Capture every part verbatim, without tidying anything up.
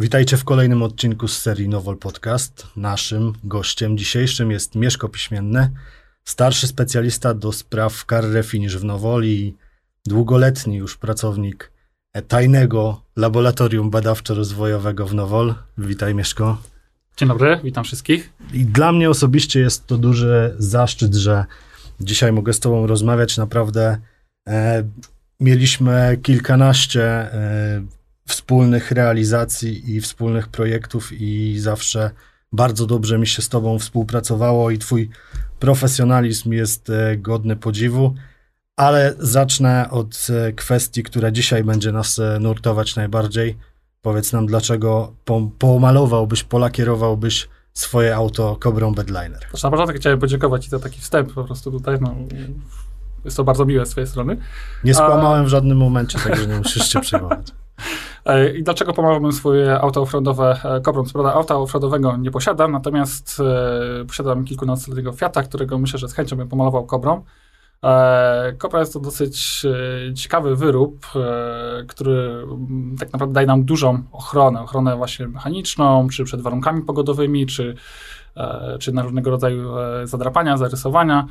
Witajcie w kolejnym odcinku z serii Nowol Podcast. Naszym gościem dzisiejszym jest Mieszko Piśmienny, starszy specjalista do spraw car refinish w Nowoli, długoletni już pracownik tajnego laboratorium badawczo-rozwojowego w Nowol. Witaj, Mieszko. Dzień dobry, witam wszystkich. I dla mnie osobiście jest to duży zaszczyt, że dzisiaj mogę z tobą rozmawiać. Naprawdę e, mieliśmy kilkanaście e, wspólnych realizacji i wspólnych projektów i zawsze bardzo dobrze mi się z tobą współpracowało i twój profesjonalizm jest e, godny podziwu. Ale zacznę od e, kwestii, która dzisiaj będzie nas e, nurtować najbardziej. Powiedz nam, dlaczego po, pomalowałbyś, polakierowałbyś swoje auto Cobrą Badliner. Na początek chciałem podziękować Ci za taki wstęp po prostu tutaj. No, jest to bardzo miłe z Twojej strony. Nie skłamałem A... w żadnym momencie, także nie musisz się przejmować. I dlaczego pomalowałbym swoje auto offroadowe Cobrą? Co prawda auta offroadowego nie posiadam, natomiast e, posiadam kilkunastoletniego Fiata, którego myślę, że z chęcią bym pomalował Cobrą. E, Cobra jest to dosyć e, ciekawy wyrób, e, który m, tak naprawdę daje nam dużą ochronę, ochronę właśnie mechaniczną, czy przed warunkami pogodowymi, czy, e, czy na różnego rodzaju e, zadrapania, zarysowania.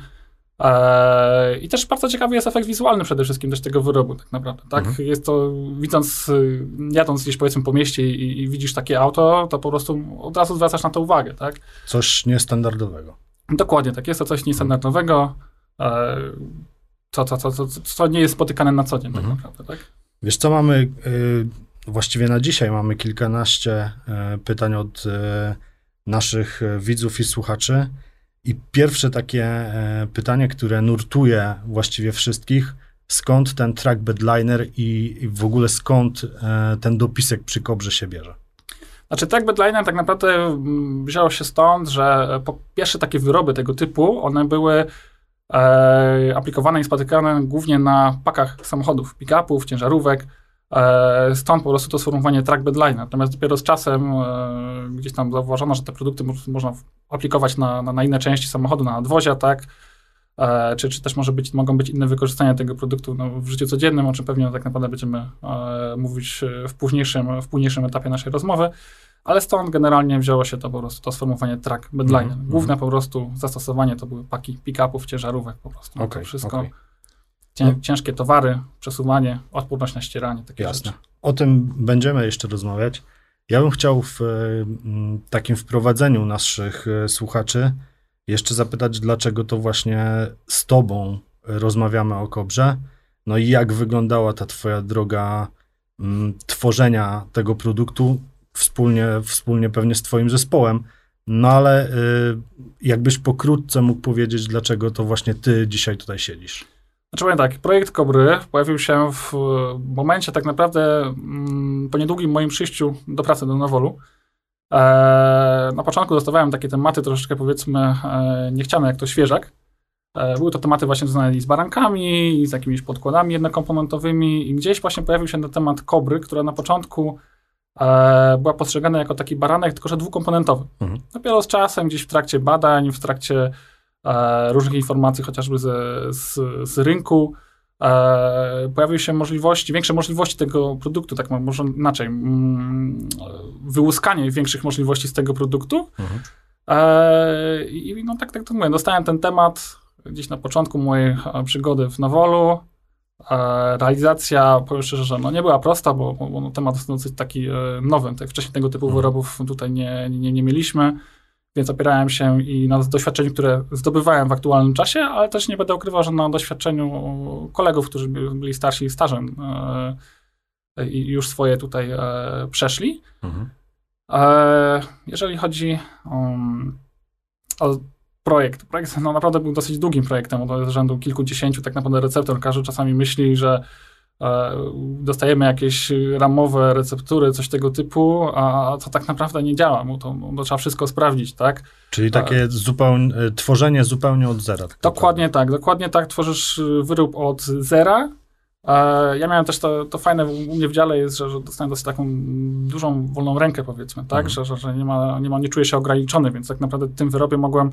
E, I też bardzo ciekawy jest efekt wizualny przede wszystkim też tego wyrobu tak naprawdę. Tak? Mhm. Jest to, widząc, jadąc gdzieś powiedzmy po mieście i, i widzisz takie auto, to po prostu od razu zwracasz na to uwagę. Tak? Coś niestandardowego. Dokładnie, tak. Jest to coś niestandardowego. Co, co, co, co, co nie jest spotykane na co dzień, tak mhm. naprawdę, tak? Wiesz co, mamy, y, właściwie na dzisiaj mamy kilkanaście y, pytań od y, naszych widzów i słuchaczy i pierwsze takie y, pytanie, które nurtuje właściwie wszystkich, skąd ten track Badliner i, i w ogóle skąd y, ten dopisek przy Cobrze się bierze? Znaczy, track Badliner tak naprawdę wzięło się stąd, że po pierwsze takie wyroby tego typu, one były E, aplikowane i spotykane głównie na pakach samochodów, pick-upów, ciężarówek. E, stąd po prostu to sformułowanie track Badliner. Natomiast dopiero z czasem e, gdzieś tam zauważono, że te produkty mo- można aplikować na, na, na inne części samochodu, na nadwozia, tak? E, czy, czy też może być, mogą być inne wykorzystania tego produktu no, w życiu codziennym, o czym pewnie tak naprawdę będziemy e, mówić w późniejszym, w późniejszym etapie naszej rozmowy. Ale stąd generalnie wzięło się to po prostu, to sformułowanie track Badliner. Mm, Główne mm. po prostu zastosowanie to były paki pick-upów, ciężarówek po prostu. No okay, to wszystko. Okay. Cię, ciężkie towary, przesuwanie, odporność na ścieranie, takie Jasne. rzeczy. O tym będziemy jeszcze rozmawiać. Ja bym chciał w m, takim wprowadzeniu naszych słuchaczy jeszcze zapytać, dlaczego to właśnie z tobą rozmawiamy o Cobrze, no i jak wyglądała ta twoja droga m, tworzenia tego produktu, Wspólnie, wspólnie pewnie z twoim zespołem, no ale y, jakbyś pokrótce mógł powiedzieć, dlaczego to właśnie ty dzisiaj tutaj siedzisz. Znaczy powiem tak, projekt Cobry pojawił się w momencie tak naprawdę mm, po niedługim moim przyjściu do pracy do Nowolu. E, na początku dostawałem takie tematy troszeczkę powiedzmy e, niechciane, jak to świeżak. E, były to tematy właśnie związane i z barankami, i z jakimiś podkładami jednokomponentowymi i gdzieś właśnie pojawił się ten temat Cobry, która na początku była postrzegana jako taki baranek, tylko że dwukomponentowy. Mhm. Dopiero z czasem, gdzieś w trakcie badań, w trakcie e, różnych informacji, chociażby z, z, z rynku, e, pojawiły się możliwości, większe możliwości tego produktu, tak może inaczej, mm, wyłuskanie większych możliwości z tego produktu. Mhm. E, I no tak, tak to mówię, dostałem ten temat gdzieś na początku mojej przygody w Nowolu. Realizacja, powiem szczerze, że no nie była prosta, bo, bo no temat jest dosyć taki e, nowy. Tak wcześniej tego typu wyrobów tutaj nie, nie, nie mieliśmy, więc opierałem się i na doświadczeniu, które zdobywałem w aktualnym czasie, ale też nie będę ukrywał, że na doświadczeniu kolegów, którzy byli starsi stażem e, i już swoje tutaj e, przeszli. Mhm. E, jeżeli chodzi um, o Projekt. Projekt no, naprawdę był dosyć długim projektem, od rzędu kilkudziesięciu tak naprawdę receptur. Każdy czasami myśli, że e, dostajemy jakieś ramowe receptury, coś tego typu, a to tak naprawdę nie działa, bo to, to trzeba wszystko sprawdzić, tak? Czyli takie e, zupełnie, tworzenie zupełnie od zera. Tak dokładnie tak, dokładnie tak. Tworzysz wyrób od zera. E, ja miałem też to, to fajne u mnie w dziale jest, że, że dostałem dosyć taką dużą, wolną rękę, powiedzmy, tak? Mhm. Że, że nie, ma, nie, ma, nie czuję się ograniczony, więc tak naprawdę w tym wyrobie mogłem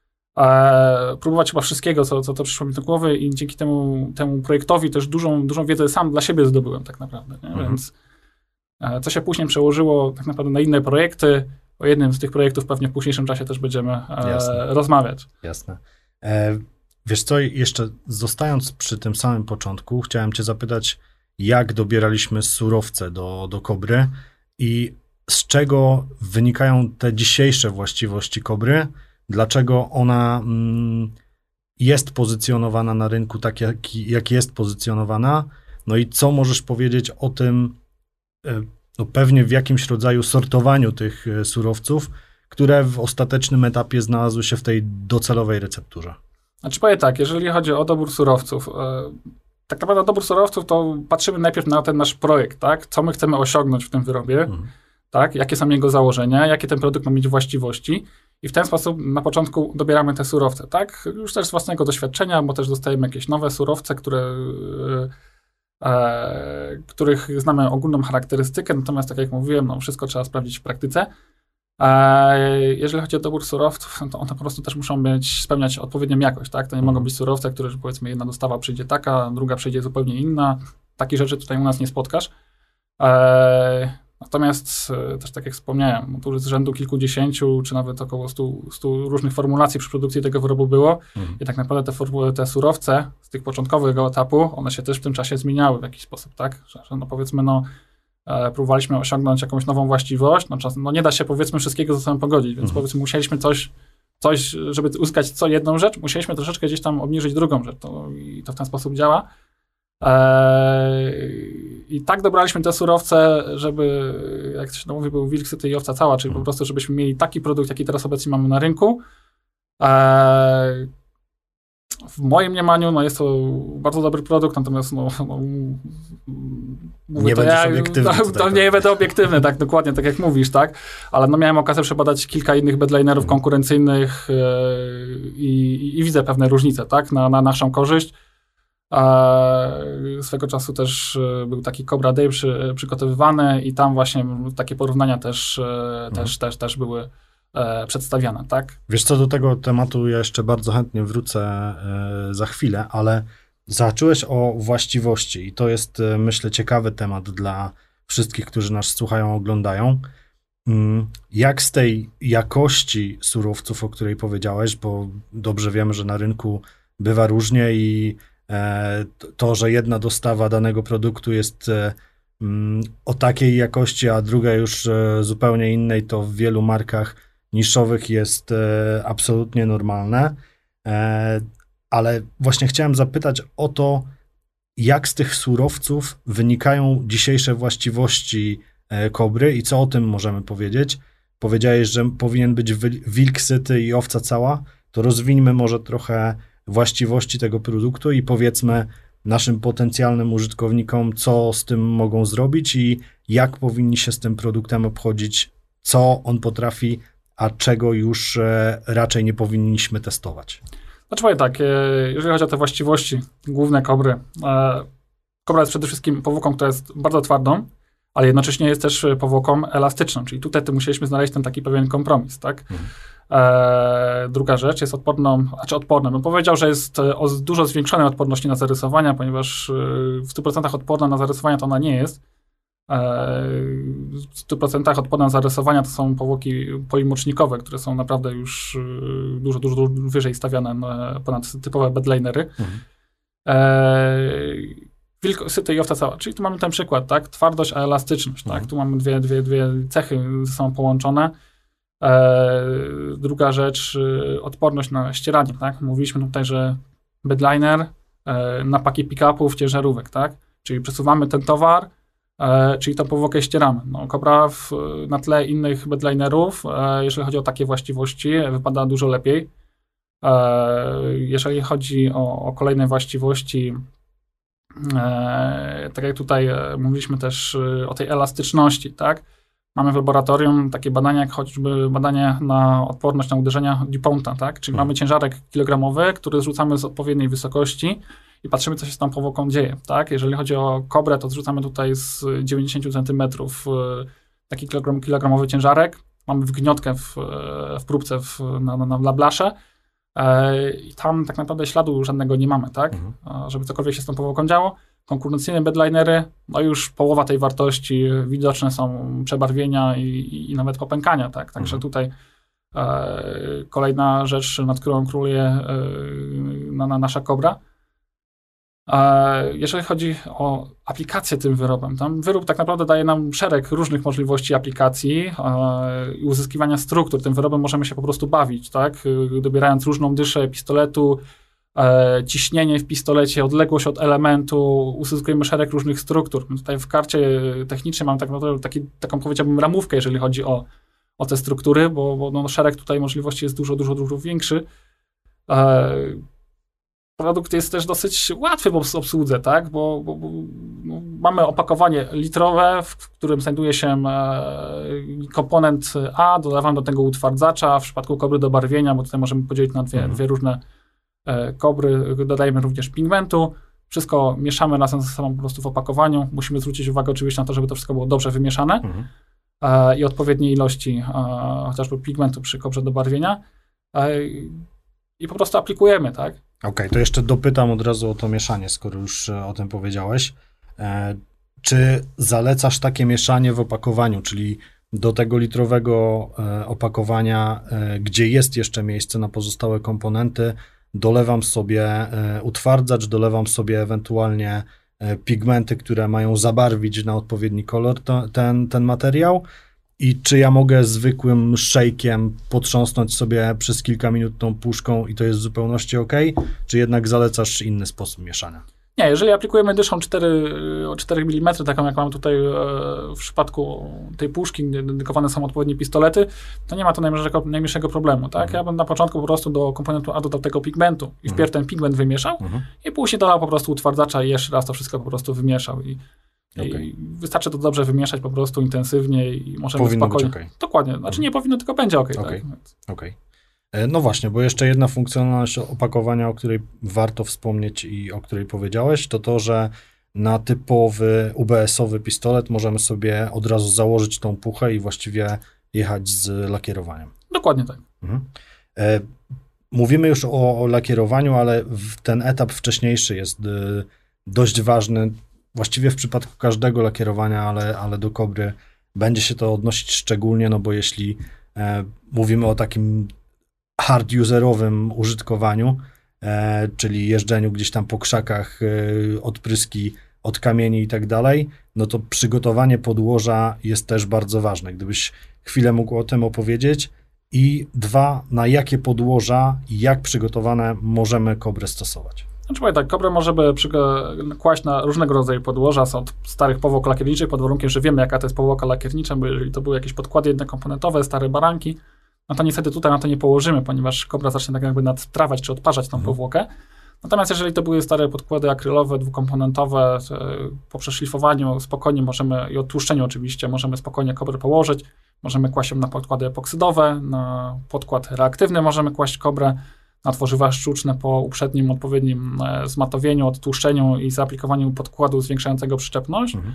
E, próbować chyba wszystkiego, co, co to przyszło mi do głowy i dzięki temu, temu projektowi też dużą, dużą wiedzę sam dla siebie zdobyłem tak naprawdę, nie? Mhm. Więc co się później przełożyło tak naprawdę na inne projekty. O jednym z tych projektów pewnie w późniejszym czasie też będziemy e, rozmawiać. Jasne. E, wiesz co, jeszcze zostając przy tym samym początku, chciałem cię zapytać, jak dobieraliśmy surowce do, do Kobry i z czego wynikają te dzisiejsze właściwości Kobry, dlaczego ona mm, jest pozycjonowana na rynku tak, jak, jak jest pozycjonowana, no i co możesz powiedzieć o tym, e, no pewnie w jakimś rodzaju sortowaniu tych surowców, które w ostatecznym etapie znalazły się w tej docelowej recepturze. Znaczy powiem tak, jeżeli chodzi o dobór surowców, yy, tak naprawdę dobór surowców to patrzymy najpierw na ten nasz projekt, tak? Co my chcemy osiągnąć w tym wyrobie, mhm. tak? Jakie są jego założenia, jakie ten produkt ma mieć właściwości i w ten sposób na początku dobieramy te surowce, tak? Już też z własnego doświadczenia, bo też dostajemy jakieś nowe surowce, które... Yy, E, których znamy ogólną charakterystykę, natomiast tak jak mówiłem, no, wszystko trzeba sprawdzić w praktyce. E, jeżeli chodzi o dobór surowców, to one po prostu też muszą być, spełniać odpowiednią jakość, tak? To nie mm. mogą być surowce, które, że powiedzmy, jedna dostawa przyjdzie taka, druga przyjdzie zupełnie inna. Takich rzeczy tutaj u nas nie spotkasz. E, natomiast e, też tak jak wspomniałem, no, tu z rzędu kilkudziesięciu, czy nawet około stu, stu różnych formulacji przy produkcji tego wyrobu było mm. i tak naprawdę te, formuły, te surowce z tych początkowego etapu, one się też w tym czasie zmieniały w jakiś sposób, tak? Że, że no powiedzmy, no e, próbowaliśmy osiągnąć jakąś nową właściwość, no, czas, no nie da się powiedzmy wszystkiego ze sobą pogodzić, więc mm. powiedzmy musieliśmy coś, coś, żeby uzyskać co jedną rzecz, musieliśmy troszeczkę gdzieś tam obniżyć drugą rzecz to, i to w ten sposób działa. Eee, I tak dobraliśmy te surowce, żeby, jak to się mówi, był wilk syty i owca cała, czyli po prostu, żebyśmy mieli taki produkt, jaki teraz obecnie mamy na rynku. Eee, w moim mniemaniu no jest to bardzo dobry produkt, natomiast no, no, mówię nie to będziesz ja, obiektywny. To, to nie będę obiektywny, tak dokładnie, tak jak mówisz, tak? Ale no miałem okazję przebadać kilka innych bedlinerów hmm. konkurencyjnych yy, i, i widzę pewne różnice, tak? Na, na naszą korzyść. A swego czasu też był taki Cobra Day przy, przygotowywany i tam właśnie takie porównania też, mhm. też, też, też były e, przedstawiane, tak? Wiesz co, do tego tematu ja jeszcze bardzo chętnie wrócę e, za chwilę, ale zahaczyłeś o właściwości i to jest, e, myślę, ciekawy temat dla wszystkich, którzy nas słuchają, oglądają. Mm, jak z tej jakości surowców, o której powiedziałeś, bo dobrze wiemy, że na rynku bywa różnie i to, że jedna dostawa danego produktu jest o takiej jakości, a druga już zupełnie innej, to w wielu markach niszowych jest absolutnie normalne. Ale właśnie chciałem zapytać o to, jak z tych surowców wynikają dzisiejsze właściwości Kobry i co o tym możemy powiedzieć. Powiedziałeś, że powinien być wilk syty i owca cała, to rozwińmy może trochę właściwości tego produktu i powiedzmy naszym potencjalnym użytkownikom, co z tym mogą zrobić i jak powinni się z tym produktem obchodzić, co on potrafi, a czego już raczej nie powinniśmy testować. Znaczy powiem tak, jeżeli chodzi o te właściwości główne Kobry, Kobra jest przede wszystkim powłoką, która jest bardzo twardą, ale jednocześnie jest też powłoką elastyczną, czyli tutaj ty musieliśmy znaleźć ten taki pewien kompromis, tak? Mhm. E, druga rzecz jest odporną, znaczy odporna. Bym powiedział, że jest o dużo zwiększonej odporności na zarysowania, ponieważ w stu procentach odporna na zarysowania to ona nie jest. E, w stu procentach odporna na zarysowania to są powłoki polimocznikowe, które są naprawdę już dużo, dużo, dużo wyżej stawiane na ponad typowe bedlinery. Mhm. E, Wilk syty i owca cała. Czyli tu mamy ten przykład, tak? Twardość, a elastyczność, mhm. tak? Tu mamy dwie, dwie, dwie cechy ze sobą połączone. E, druga rzecz, e, odporność na ścieranie, tak? Mówiliśmy tutaj, że bedliner, e, napaki pick-upów, ciężarówek, tak? Czyli przesuwamy ten towar, e, czyli tą powłokę ścieramy. No, Cobra w, na tle innych bedlinerów, e, jeżeli chodzi o takie właściwości, wypada dużo lepiej. E, jeżeli chodzi o, o kolejne właściwości, e, tak jak tutaj e, mówiliśmy też e, o tej elastyczności, tak? Mamy w laboratorium takie badania, jak choćby badanie na odporność na uderzenia DuPonta, tak? Czyli hmm. mamy ciężarek kilogramowy, który zrzucamy z odpowiedniej wysokości i patrzymy, co się z tą powłoką dzieje, tak? Jeżeli chodzi o Cobrę, to zrzucamy tutaj z dziewięćdziesiąt centymetrów taki kilogram, kilogramowy ciężarek. Mamy wgniotkę w, w próbce w, na, na, na blasze i tam tak naprawdę śladu żadnego nie mamy, tak? Hmm. Żeby cokolwiek się z tą powłoką działo. konkurencyjne bedlinery, no już połowa tej wartości, widoczne są przebarwienia i, i, i nawet popękania, tak, także mhm. tutaj e, kolejna rzecz, nad którą króluje e, na, na nasza Kobra. E, jeżeli chodzi o aplikację tym wyrobem, tam wyrób tak naprawdę daje nam szereg różnych możliwości aplikacji e, i uzyskiwania struktur. Tym wyrobem możemy się po prostu bawić, tak, dobierając różną dyszę pistoletu, e, ciśnienie w pistolecie, odległość od elementu, uzyskujemy szereg różnych struktur. Tutaj w karcie technicznej mam tak naprawdę taki, taką, powiedziałbym, ramówkę, jeżeli chodzi o, o te struktury, bo, bo no, szereg tutaj możliwości jest dużo, dużo, dużo większy. E, Produkt jest też dosyć łatwy w obsłudze, tak? Bo, bo, bo no, mamy opakowanie litrowe, w którym znajduje się e, komponent A, dodawamy do tego utwardzacza, w przypadku kobry do barwienia, bo tutaj możemy podzielić na dwie, mhm. dwie różne e, kobry, dodajemy również pigmentu, wszystko mieszamy razem ze sobą po prostu w opakowaniu, musimy zwrócić uwagę oczywiście na to, żeby to wszystko było dobrze wymieszane mhm. e, i odpowiedniej ilości e, chociażby pigmentu przy kobrze do barwienia e, i po prostu aplikujemy, tak? Okej, okay, to jeszcze dopytam od razu o to mieszanie, skoro już o tym powiedziałeś. E, czy zalecasz takie mieszanie w opakowaniu, czyli do tego litrowego e, opakowania, e, gdzie jest jeszcze miejsce na pozostałe komponenty, dolewam sobie e, utwardzacz, dolewam sobie ewentualnie e, pigmenty, które mają zabarwić na odpowiedni kolor to, ten, ten materiał? I czy ja mogę zwykłym szejkiem potrząsnąć sobie przez kilka minut tą puszką i to jest w zupełności ok? Czy jednak zalecasz inny sposób mieszania? Nie, jeżeli aplikujemy dyszą cztery milimetry, taką jak mam tutaj w przypadku tej puszki, gdzie dedykowane są odpowiednie pistolety, to nie ma to najmniejszego, najmniejszego problemu, tak? Mhm. Ja bym na początku po prostu do komponentu A dodał tego pigmentu i mhm. wpierw ten pigment wymieszał mhm. i później dodał po prostu utwardzacza i jeszcze raz to wszystko po prostu wymieszał i Okay. I wystarczy to dobrze wymieszać po prostu intensywnie i możemy powinno spokojnie... Być okay. Dokładnie. Znaczy mhm. nie powinno, tylko będzie ok. okay. Tak? Okay. No właśnie, bo jeszcze jedna funkcjonalność opakowania, o której warto wspomnieć i o której powiedziałeś, to to, że na typowy U B S-owy pistolet możemy sobie od razu założyć tą puchę i właściwie jechać z lakierowaniem. Dokładnie tak. Mhm. E, mówimy już o, o lakierowaniu, ale w ten etap wcześniejszy jest y, dość ważny. Właściwie w przypadku każdego lakierowania, ale, ale do Kobry będzie się to odnosić szczególnie, no bo jeśli e, mówimy o takim hard-userowym użytkowaniu, e, czyli jeżdżeniu gdzieś tam po krzakach, e, odpryski od kamieni i tak dalej, no to przygotowanie podłoża jest też bardzo ważne. Gdybyś chwilę mógł o tym opowiedzieć. I dwa, na jakie podłoża i jak przygotowane możemy Kobrę stosować? Znaczy powiem tak, Kobrę możemy kłaść na różnego rodzaju podłoża, są od starych powłok lakierniczych, pod warunkiem, że wiemy, jaka to jest powłoka lakiernicza, bo jeżeli to były jakieś podkłady jednokomponentowe, stare baranki, no to niestety tutaj na to nie położymy, ponieważ Kobra zacznie tak jakby nadtrawać czy odparzać tą mhm. powłokę. Natomiast jeżeli to były stare podkłady akrylowe, dwukomponentowe, po przeszlifowaniu spokojnie możemy, i odtłuszczeniu oczywiście, możemy spokojnie Kobrę położyć, możemy kłaść ją na podkłady epoksydowe, na podkład reaktywny możemy kłaść Kobrę, na tworzywa sztuczne po uprzednim odpowiednim e, zmatowieniu, odtłuszczeniu i zaaplikowaniu podkładu zwiększającego przyczepność. Mhm.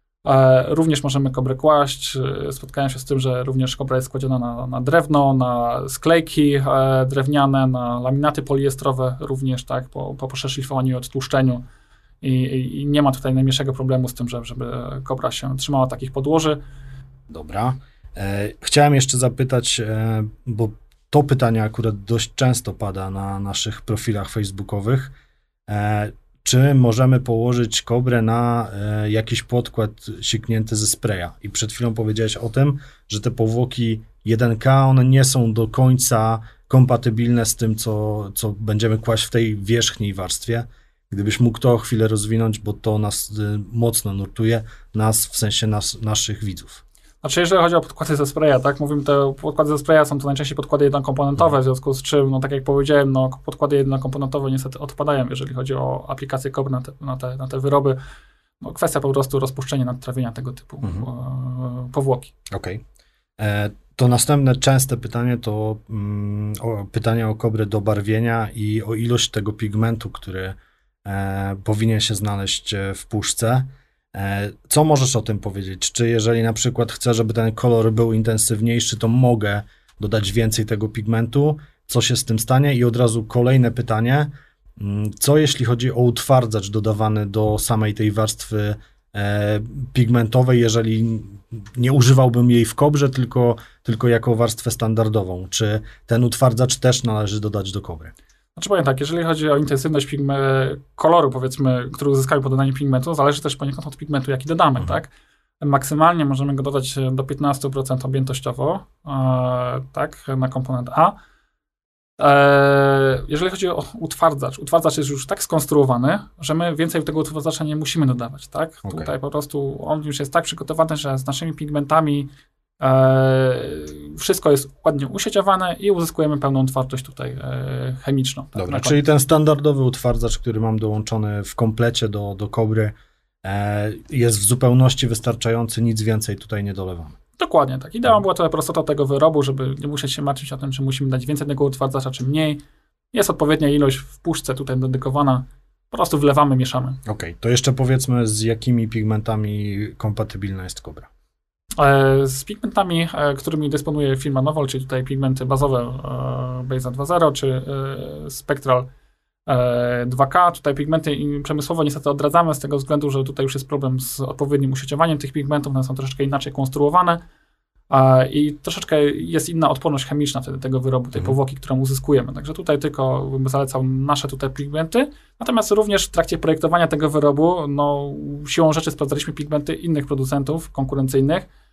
E, również możemy Kobrę kłaść. E, spotkałem się z tym, że również Kobra jest kładziona na, na drewno, na sklejki e, drewniane, na laminaty poliestrowe również, tak, po, po przeszlifowaniu i odtłuszczeniu. I, i, I nie ma tutaj najmniejszego problemu z tym, że, żeby Kobra się trzymała takich podłoży. Dobra. E, chciałem jeszcze zapytać, e, bo to pytanie akurat dość często pada na naszych profilach facebookowych. E, czy możemy położyć Kobrę na e, jakiś podkład siknięty ze spraya? I przed chwilą powiedziałeś o tym, że te powłoki jeden K, one nie są do końca kompatybilne z tym, co, co będziemy kłaść w tej wierzchniej warstwie. Gdybyś mógł to chwilę rozwinąć, bo to nas y, mocno nurtuje, nas w sensie nas, naszych widzów. Znaczy, jeżeli chodzi o podkłady ze spraya, tak, mówimy, te podkłady ze spraya są to najczęściej podkłady jednokomponentowe, w związku z czym, no tak jak powiedziałem, no podkłady jednokomponentowe niestety odpadają, jeżeli chodzi o aplikację Kobry na te, na te, na te wyroby. No, kwestia po prostu rozpuszczenia, nadtrawienia tego typu mhm. e, powłoki. Okej. Okay. To następne częste pytanie to mm, o, pytanie o Kobrę do barwienia i o ilość tego pigmentu, który e, powinien się znaleźć w puszce. Co możesz o tym powiedzieć? Czy jeżeli na przykład chcę, żeby ten kolor był intensywniejszy, to mogę dodać więcej tego pigmentu? Co się z tym stanie? I od razu kolejne pytanie. Co jeśli chodzi o utwardzacz dodawany do samej tej warstwy e, pigmentowej, jeżeli nie używałbym jej w kobrze, tylko, tylko jako warstwę standardową? Czy ten utwardzacz też należy dodać do kobry? Znaczy powiem tak, jeżeli chodzi o intensywność pigme- koloru, powiedzmy, który uzyskamy po dodaniu pigmentu, zależy też poniekąd od pigmentu, jaki dodamy, mhm. tak? Maksymalnie możemy go dodać do piętnaście procent objętościowo, e, tak, na komponent A. E, jeżeli chodzi o utwardzacz, utwardzacz jest już tak skonstruowany, że my więcej tego utwardzacza nie musimy dodawać, tak? Okay. Tutaj po prostu on już jest tak przygotowany, że z naszymi pigmentami e, wszystko jest ładnie usieciowane i uzyskujemy pełną twardość tutaj e, chemiczną. Tak, dobra, czyli ten standardowy utwardzacz, który mam dołączony w komplecie do, do kobry, e, jest w zupełności wystarczający, nic więcej tutaj nie dolewamy. Dokładnie tak. Ideą była to prostota tego wyrobu, żeby nie musieć się martwić o tym, czy musimy dać więcej tego utwardzacza, czy mniej. Jest odpowiednia ilość w puszce tutaj dedykowana. Po prostu wlewamy, mieszamy. Okej, okay. To jeszcze powiedzmy, z jakimi pigmentami kompatybilna jest kobra? E, z pigmentami, e, którymi dysponuje firma Novol, czyli tutaj pigmenty bazowe e, Beza dwa zero, czy e, Spectral e, dwa K. Tutaj pigmenty przemysłowo niestety odradzamy z tego względu, że tutaj już jest problem z odpowiednim usieciowaniem tych pigmentów, one są troszeczkę inaczej konstruowane e, i troszeczkę jest inna odporność chemiczna wtedy tego wyrobu, tej mhm. powłoki, którą uzyskujemy. Także tutaj tylko bym zalecał nasze tutaj pigmenty, natomiast również w trakcie projektowania tego wyrobu, no siłą rzeczy sprawdzaliśmy pigmenty innych producentów konkurencyjnych.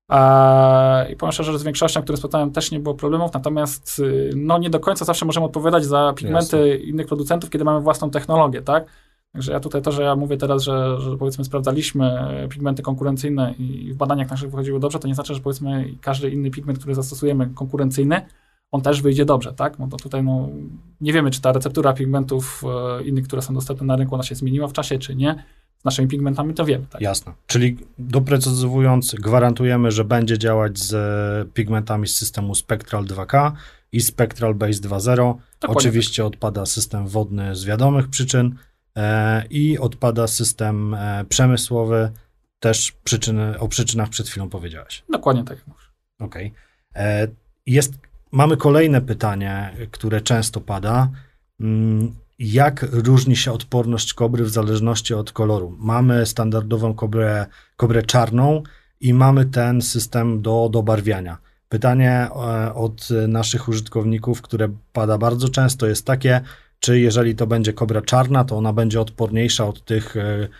I powiem szczerze, że z większością, które spotkałem, też nie było problemów, natomiast no, nie do końca zawsze możemy odpowiadać za pigmenty Jasne. innych producentów, kiedy mamy własną technologię, tak? Także ja tutaj to, że ja mówię teraz, że, że powiedzmy sprawdzaliśmy pigmenty konkurencyjne i w badaniach naszych wychodziły dobrze, to nie znaczy, że powiedzmy każdy inny pigment, który zastosujemy konkurencyjny, on też wyjdzie dobrze, tak? No to tutaj no, nie wiemy, czy ta receptura pigmentów e, innych, które są dostępne na rynku, ona się zmieniła w czasie, czy nie. Z naszymi pigmentami to wiemy. Tak? Jasne. Czyli doprecyzowując, gwarantujemy, że będzie działać z pigmentami z systemu Spectral dwa K i Spectral Base dwa zero. Dokładnie Oczywiście tak. Odpada system wodny z wiadomych przyczyn e, i odpada system e, przemysłowy, też przyczyny, o przyczynach przed chwilą powiedziałeś. Dokładnie tak. Okej. Okay. Jest, mamy kolejne pytanie, które często pada. Mm, Jak różni się odporność kobry w zależności od koloru? Mamy standardową kobrę, kobrę czarną i mamy ten system do dobarwiania. Pytanie od naszych użytkowników, które pada bardzo często, jest takie, czy jeżeli to będzie kobra czarna, to ona będzie odporniejsza od tych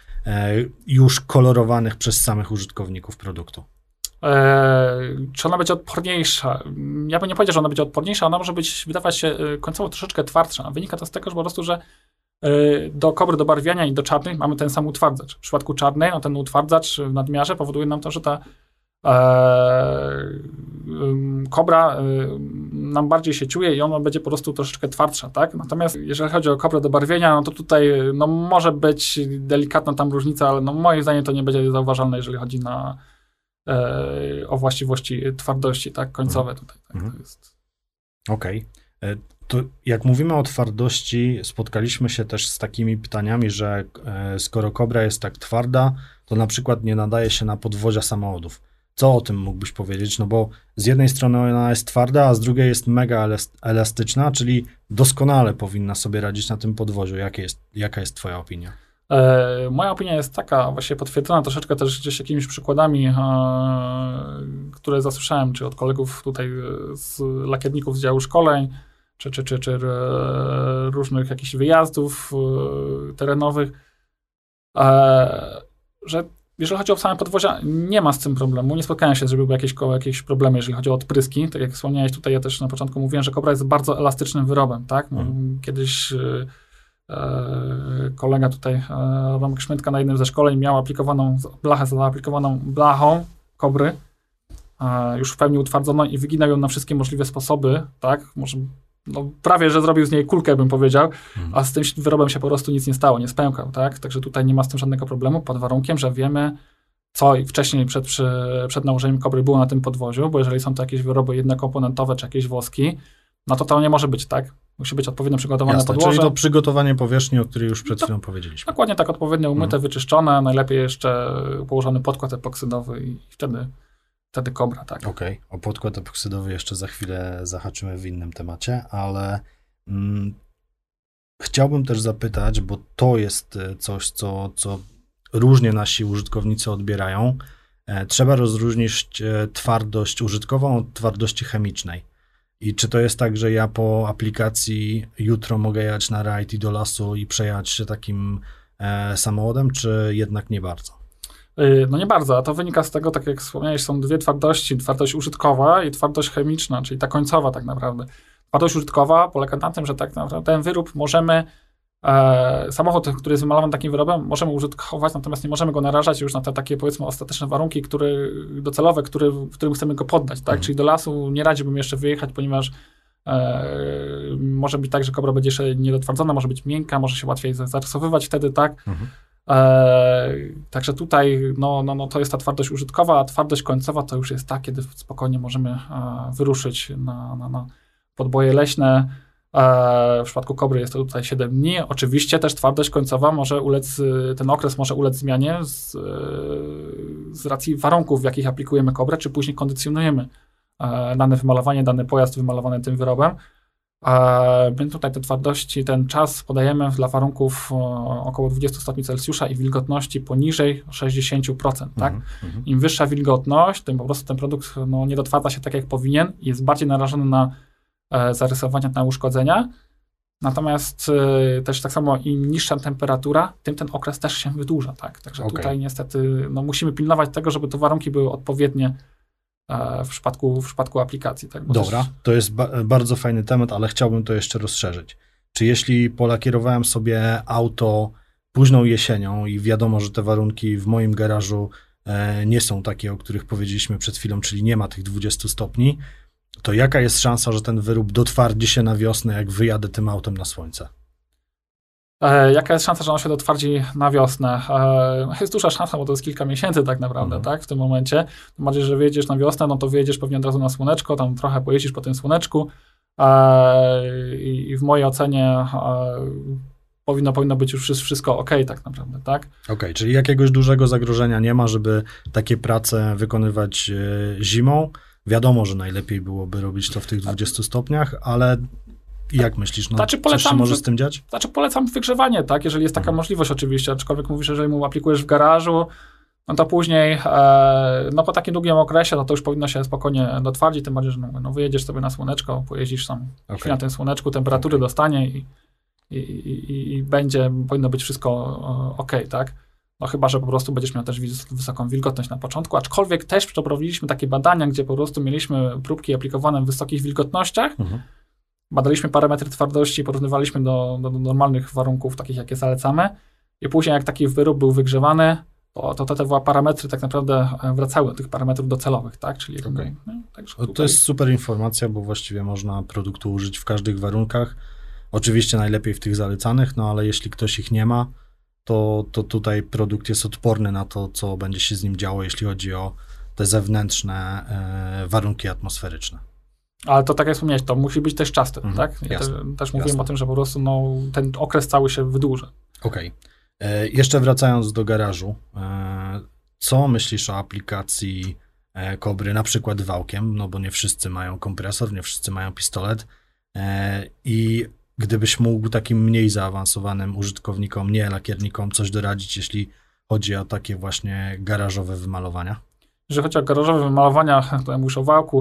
już kolorowanych przez samych użytkowników produktu? Eee, czy ona będzie odporniejsza? Ja bym nie powiedział, że ona będzie odporniejsza, ona może być, wydawać się końcowo troszeczkę twardsza. Wynika to z tego, że po prostu, że y, do kobry do barwiania i do czarnej mamy ten sam utwardzacz. W przypadku czarnej, no ten utwardzacz w nadmiarze powoduje nam to, że ta e, y, kobra y, nam bardziej się ciuje i ona będzie po prostu troszeczkę twardsza, tak? Natomiast jeżeli chodzi o kobrę do barwienia, no to tutaj no, może być delikatna tam różnica, ale no, moim zdaniem to nie będzie zauważalne, jeżeli chodzi na o właściwości twardości, tak, końcowe tutaj. Tak, mhm. to jest. Okej. Okay. To jak mówimy o twardości, spotkaliśmy się też z takimi pytaniami, że skoro kobra jest tak twarda, to na przykład nie nadaje się na podwozia samochodów. Co o tym mógłbyś powiedzieć? No bo z jednej strony ona jest twarda, a z drugiej jest mega elastyczna, czyli doskonale powinna sobie radzić na tym podwoziu. Jakie jest, jaka jest twoja opinia? E, moja opinia jest taka, właśnie potwierdzona troszeczkę też gdzieś jakimiś przykładami, e, które zasłyszałem, czy od kolegów tutaj z lakierników z działu szkoleń, czy, czy, czy, czy e, różnych jakichś wyjazdów e, terenowych, e, że jeżeli chodzi o same podwozia, nie ma z tym problemu. Nie spotkałem się, żeby były jakieś, jakieś problemy, jeżeli chodzi o odpryski. Tak jak wspomniałeś tutaj, ja też na początku mówiłem, że kobra jest bardzo elastycznym wyrobem, tak? Hmm. Kiedyś kolega tutaj, Romek Szmytka, na jednym ze szkoleń miał aplikowaną blachę z zaaplikowaną blachą kobry, już w pełni utwardzoną i wyginał ją na wszystkie możliwe sposoby, tak, może no, prawie, że zrobił z niej kulkę, bym powiedział, hmm. a z tym wyrobem się po prostu nic nie stało, nie spękał, tak, także tutaj nie ma z tym żadnego problemu, pod warunkiem, że wiemy, co wcześniej przed, przy, przed nałożeniem kobry było na tym podwoziu, bo jeżeli są to jakieś wyroby jednokomponentowe, czy jakieś woski, no to to nie może być, tak? Musi być odpowiednio przygotowane Jasne, podłoże. Czyli to przygotowanie powierzchni, o której już przed chwilą powiedzieliśmy. Dokładnie tak, odpowiednio umyte, mhm. wyczyszczone, najlepiej jeszcze położony podkład epoksydowy i wtedy, wtedy kobra, tak. Okej, okay. O podkład epoksydowy jeszcze za chwilę zahaczymy w innym temacie, ale mm, chciałbym też zapytać, bo to jest coś, co, co różnie nasi użytkownicy odbierają. Trzeba rozróżnić twardość użytkową od twardości chemicznej. I czy to jest tak, że ja po aplikacji jutro mogę jechać na rajd i do lasu i przejechać się takim e, samochodem, czy jednak nie bardzo? No nie bardzo, a to wynika z tego, tak jak wspomniałeś, są dwie twardości, twardość użytkowa i twardość chemiczna, czyli ta końcowa tak naprawdę. Twardość użytkowa polega na tym, że tak naprawdę ten wyrób możemy, e, samochód, który jest wymalowany takim wyrobem, możemy użytkować, natomiast nie możemy go narażać już na te takie, powiedzmy, ostateczne warunki, które, docelowe, który, w którym chcemy go poddać, tak? Mhm. Czyli do lasu nie radziłbym jeszcze wyjechać, ponieważ e, może być tak, że kobra będzie jeszcze niedotwardzona, może być miękka, może się łatwiej zarysowywać wtedy, tak? Mhm. E, także tutaj no, no, no, to jest ta twardość użytkowa, a twardość końcowa to już jest ta, kiedy spokojnie możemy e, wyruszyć na, na, na podboje leśne. E, w przypadku kobry jest to tutaj siedem dni. Oczywiście też twardość końcowa może ulec, ten okres może ulec zmianie z, z racji warunków, w jakich aplikujemy kobrę, czy później kondycjonujemy e, dane wymalowanie, dany pojazd wymalowany tym wyrobem. My tutaj te twardości, ten czas podajemy dla warunków około dwadzieścia stopni Celsjusza i wilgotności poniżej sześćdziesiąt procent. Tak? Mm-hmm. Im wyższa wilgotność, tym po prostu ten produkt no, nie dotwarza się tak, jak powinien i jest bardziej narażony na e, zarysowania, na uszkodzenia. Natomiast e, też tak samo im niższa temperatura, tym ten okres też się wydłuża. Tak? Także okay. Tutaj niestety no, musimy pilnować tego, żeby te warunki były odpowiednie w przypadku, w przypadku aplikacji. Tak? Dobra, też... to jest ba- bardzo fajny temat, ale chciałbym to jeszcze rozszerzyć. Czy jeśli polakierowałem sobie auto późną jesienią i wiadomo, że te warunki w moim garażu e, nie są takie, o których powiedzieliśmy przed chwilą, czyli nie ma tych dwudziestu stopni, to jaka jest szansa, że ten wyrób dotwardzi się na wiosnę, jak wyjadę tym autem na słońce? E, jaka jest szansa, że on się dotwardzi na wiosnę? E, jest duża szansa, bo to jest kilka miesięcy tak naprawdę, mm. tak, w tym momencie. Tym bardziej, że wyjedziesz na wiosnę, no to wyjedziesz pewnie od razu na słoneczko, tam trochę pojeździsz po tym słoneczku e, i, i w mojej ocenie e, powinno, powinno być już wszystko ok tak naprawdę, tak? Okej, okay, czyli jakiegoś dużego zagrożenia nie ma, żeby takie prace wykonywać e, zimą. Wiadomo, że najlepiej byłoby robić to w tych dwudziestu stopniach, ale jak myślisz, no znaczy, polecam, coś się może z tym dziać? Znaczy polecam wygrzewanie, tak, jeżeli jest taka mhm. możliwość oczywiście, aczkolwiek mówisz, że jeżeli mu aplikujesz w garażu, no to później, e, no po takim długim okresie, no to już powinno się spokojnie dotwardzić, tym bardziej, że no, no wyjedziesz sobie na słoneczko, pojeździsz tam okay. na tym słoneczku, temperatury okay. dostanie i, i, i, i będzie, powinno być wszystko ok, tak? No chyba, że po prostu będziesz miał też wysoką wilgotność na początku, aczkolwiek też przeprowadziliśmy takie badania, gdzie po prostu mieliśmy próbki aplikowane w wysokich wilgotnościach, mhm. badaliśmy parametry twardości, porównywaliśmy do, do, do normalnych warunków, takich jakie zalecamy i później jak taki wyrób był wygrzewany, to, to, to te parametry tak naprawdę wracały do tych parametrów docelowych, tak? Czyli okay. no, także tutaj... To jest super informacja, bo właściwie można produktu użyć w każdych warunkach. Oczywiście najlepiej w tych zalecanych, no ale jeśli ktoś ich nie ma, to, to tutaj produkt jest odporny na to, co będzie się z nim działo, jeśli chodzi o te zewnętrzne e, warunki atmosferyczne. Ale to tak jak wspomniałeś, to musi być też czasem, mm, tak? Ja jasne, te, też mówiłem jasne. o tym, że po prostu no, ten okres cały się wydłuża. Okej. Okay. Jeszcze wracając do garażu, e, co myślisz o aplikacji e, Kobry, na przykład wałkiem, no bo nie wszyscy mają kompresor, nie wszyscy mają pistolet e, i gdybyś mógł takim mniej zaawansowanym użytkownikom, nie lakiernikom coś doradzić, jeśli chodzi o takie właśnie garażowe wymalowania? Jeżeli chodzi o garażowe wymalowania, to ja mówię o wałku,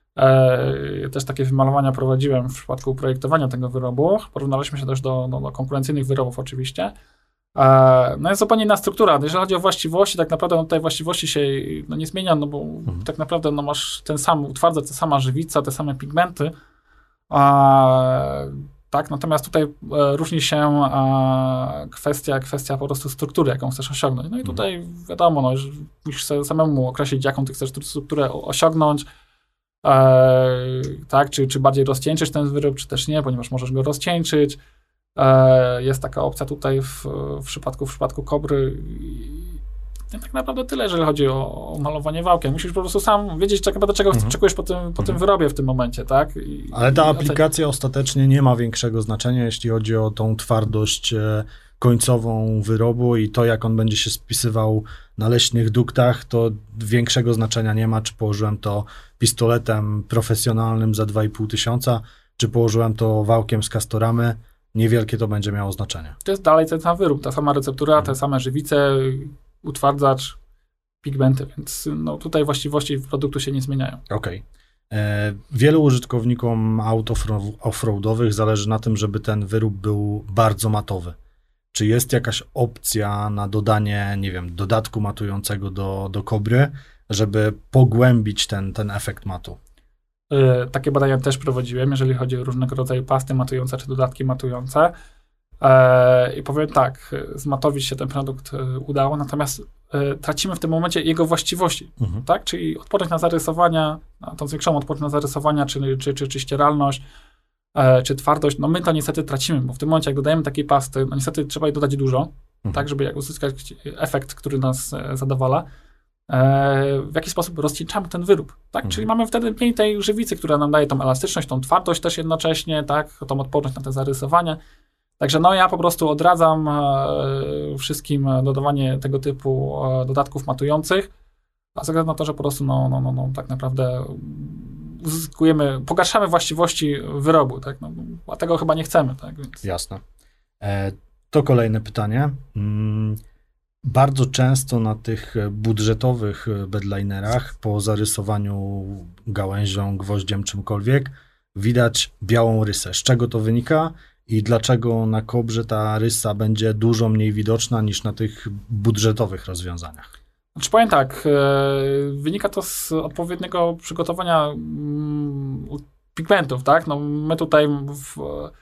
e, też takie wymalowania prowadziłem w przypadku projektowania tego wyrobu. Porównaliśmy się też do, do, do konkurencyjnych wyrobów oczywiście. E, no jest zupełnie inna struktura. Jeżeli chodzi o właściwości, tak naprawdę no tutaj właściwości się no, nie zmienia, no bo mhm. tak naprawdę no, masz ten sam, utwardza ta sama żywica, te same pigmenty. E, Tak, natomiast tutaj e, różni się e, kwestia, kwestia po prostu struktury, jaką chcesz osiągnąć. No i tutaj wiadomo, no, że musisz sobie samemu określić, jaką ty chcesz strukturę osiągnąć, e, tak, czy, czy bardziej rozcieńczyć ten wyrób, czy też nie, ponieważ możesz go rozcieńczyć. E, jest taka opcja tutaj w, w przypadku w przypadku Kobry. I tak naprawdę tyle, jeżeli chodzi o, o malowanie wałkiem. Musisz po prostu sam wiedzieć, tak naprawdę czego mhm. oczekujesz po tym, po tym wyrobie w tym momencie, tak? I, Ale ta i aplikacja ostatecznie nie ma większego znaczenia, jeśli chodzi o tą twardość e, końcową wyrobu i to, jak on będzie się spisywał na leśnych duktach, to większego znaczenia nie ma, czy położyłem to pistoletem profesjonalnym za dwa i pół tysiąca, czy położyłem to wałkiem z Castoramy. niewielkie to będzie miało znaczenie. To jest dalej ten sam wyrób, ta sama receptura, mhm. te same żywice, utwardzacz, pigmenty, więc no, tutaj właściwości produktu się nie zmieniają. Okej. Okay. Wielu użytkownikom aut off-roadowych zależy na tym, żeby ten wyrób był bardzo matowy. Czy jest jakaś opcja na dodanie, nie wiem, dodatku matującego do, do Cobry, żeby pogłębić ten, ten efekt matu? Yy, takie badania też prowadziłem, jeżeli chodzi o różnego rodzaju pasty matujące czy dodatki matujące. Yy, I powiem tak, zmatowić się ten produkt yy, udało, natomiast yy, tracimy w tym momencie jego właściwości, mhm. tak? Czyli odporność na zarysowania, na tą zwiększoną odporność na zarysowania, czy, czy, czy, czy ścieralność, yy, czy twardość, no my to niestety tracimy, bo w tym momencie, jak dodajemy takiej pasty, no niestety trzeba jej dodać dużo, mhm. tak, żeby uzyskać efekt, który nas yy, zadowala. W jaki sposób rozcieńczamy ten wyrób, tak? Mhm. Czyli mamy wtedy mniej tej żywicy, która nam daje tą elastyczność, tą twardość też jednocześnie, tak? Tą odporność na te zarysowania. Także no ja po prostu odradzam e, wszystkim dodawanie tego typu e, dodatków matujących, a ze względu na to, że po prostu no, no, no, no tak naprawdę uzyskujemy, pogarszamy właściwości wyrobu, tak? No, a tego chyba nie chcemy, tak? Więc... Jasne. E, to kolejne pytanie. Mm. Bardzo często na tych budżetowych bedlinerach po zarysowaniu gałęzią, gwoździem, czymkolwiek widać białą rysę. Z czego to wynika i dlaczego na Cobrze ta rysa będzie dużo mniej widoczna niż na tych budżetowych rozwiązaniach? Znaczy powiem tak, wynika to z odpowiedniego przygotowania pigmentów, tak? No my tutaj w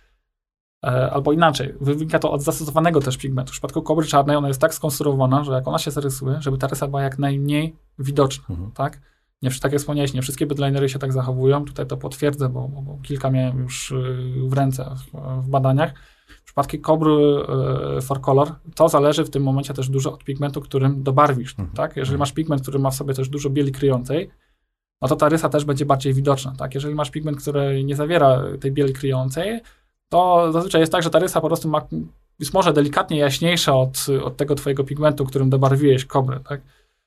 albo inaczej, wynika to od zastosowanego też pigmentu. W przypadku Cobry czarnej ona jest tak skonstruowana, że jak ona się zarysuje, żeby ta rysa była jak najmniej widoczna, mhm. tak? Nie, tak jak wspomniałeś, nie wszystkie bedlinery się tak zachowują, tutaj to potwierdzę, bo, bo, bo kilka miałem już w ręce w, w badaniach. W przypadku Cobry for Color to zależy w tym momencie też dużo od pigmentu, którym dobarwisz, mhm. tak? Jeżeli masz pigment, który ma w sobie też dużo bieli kryjącej, no to ta rysa też będzie bardziej widoczna, tak? Jeżeli masz pigment, który nie zawiera tej bieli kryjącej, to zazwyczaj jest tak, że ta rysa po prostu ma, jest może delikatnie jaśniejsza od, od tego twojego pigmentu, którym dobarwiłeś Cobrę, tak?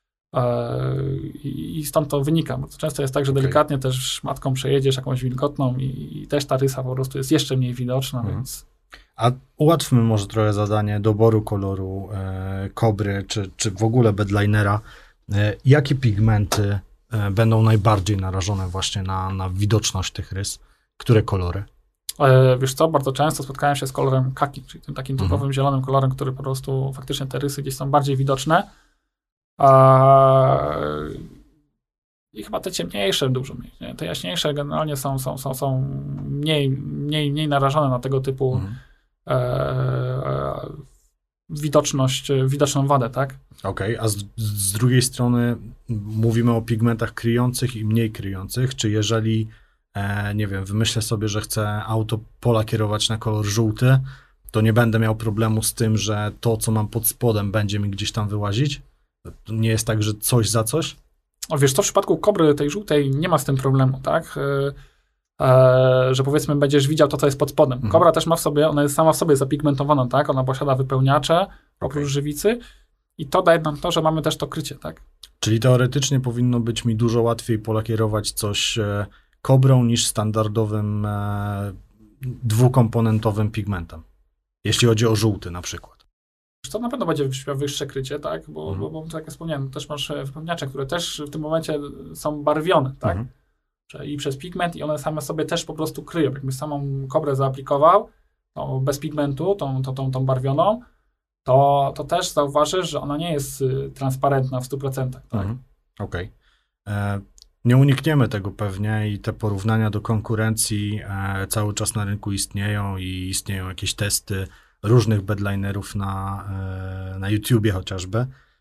I stąd to wynika. Bardzo często jest tak, że okay. delikatnie też szmatką przejedziesz jakąś wilgotną i, i też ta rysa po prostu jest jeszcze mniej widoczna, mhm. więc... A ułatwmy może trochę zadanie doboru koloru e, Cobry, czy, czy w ogóle bedlinera. E, jakie pigmenty e, będą najbardziej narażone właśnie na, na widoczność tych rys? Które kolory? Wiesz co, bardzo często spotkałem się z kolorem kaki, czyli tym takim typowym mhm. zielonym kolorem, który po prostu faktycznie te rysy gdzieś są bardziej widoczne. I chyba te ciemniejsze dużo mniej. Nie? Te jaśniejsze generalnie są, są, są, są mniej, mniej, mniej narażone na tego typu mhm. e, e, widoczność, widoczną wadę, tak? Okej, okay. A z, z drugiej strony mówimy o pigmentach kryjących i mniej kryjących. Czy jeżeli nie wiem, wymyślę sobie, że chcę auto polakierować na kolor żółty, to nie będę miał problemu z tym, że to, co mam pod spodem, będzie mi gdzieś tam wyłazić? To nie jest tak, że coś za coś? O, wiesz co, w przypadku Cobry tej żółtej nie ma z tym problemu, tak? E, e, że powiedzmy będziesz widział to, co jest pod spodem. Mhm. Cobra też ma w sobie, ona jest sama w sobie zapigmentowana, tak? Ona posiada wypełniacze oprócz okay. żywicy i to daje nam to, że mamy też to krycie, tak? Czyli teoretycznie powinno być mi dużo łatwiej polakierować coś e, Cobrą niż standardowym e, dwukomponentowym pigmentem, jeśli chodzi o żółty na przykład. To na pewno będzie wyższe krycie, tak? Bo, mhm. bo, bo tak jak wspomniałem, też masz wypełniacze, które też w tym momencie są barwione, tak? Mhm. I przez pigment i one same sobie też po prostu kryją. Jakbyś samą Cobrę zaaplikował, to bez pigmentu, tą, tą, tą, tą barwioną, to, to też zauważysz, że ona nie jest transparentna w stu procentach, tak? Mhm. Okej. Okay. Nie unikniemy tego pewnie i te porównania do konkurencji e, cały czas na rynku istnieją i istnieją jakieś testy różnych bedlinerów na, e, na YouTubie chociażby.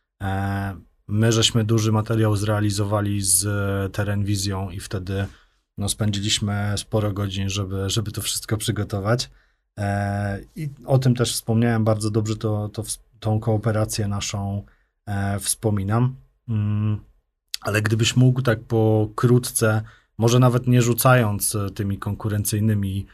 E, my żeśmy duży materiał zrealizowali z Terenwizją i wtedy no, spędziliśmy sporo godzin, żeby, żeby to wszystko przygotować. E, I o tym też wspomniałem, bardzo dobrze to, to, tą kooperację naszą e, wspominam. Mm. Ale gdybyś mógł tak pokrótce, może nawet nie rzucając tymi konkurencyjnymi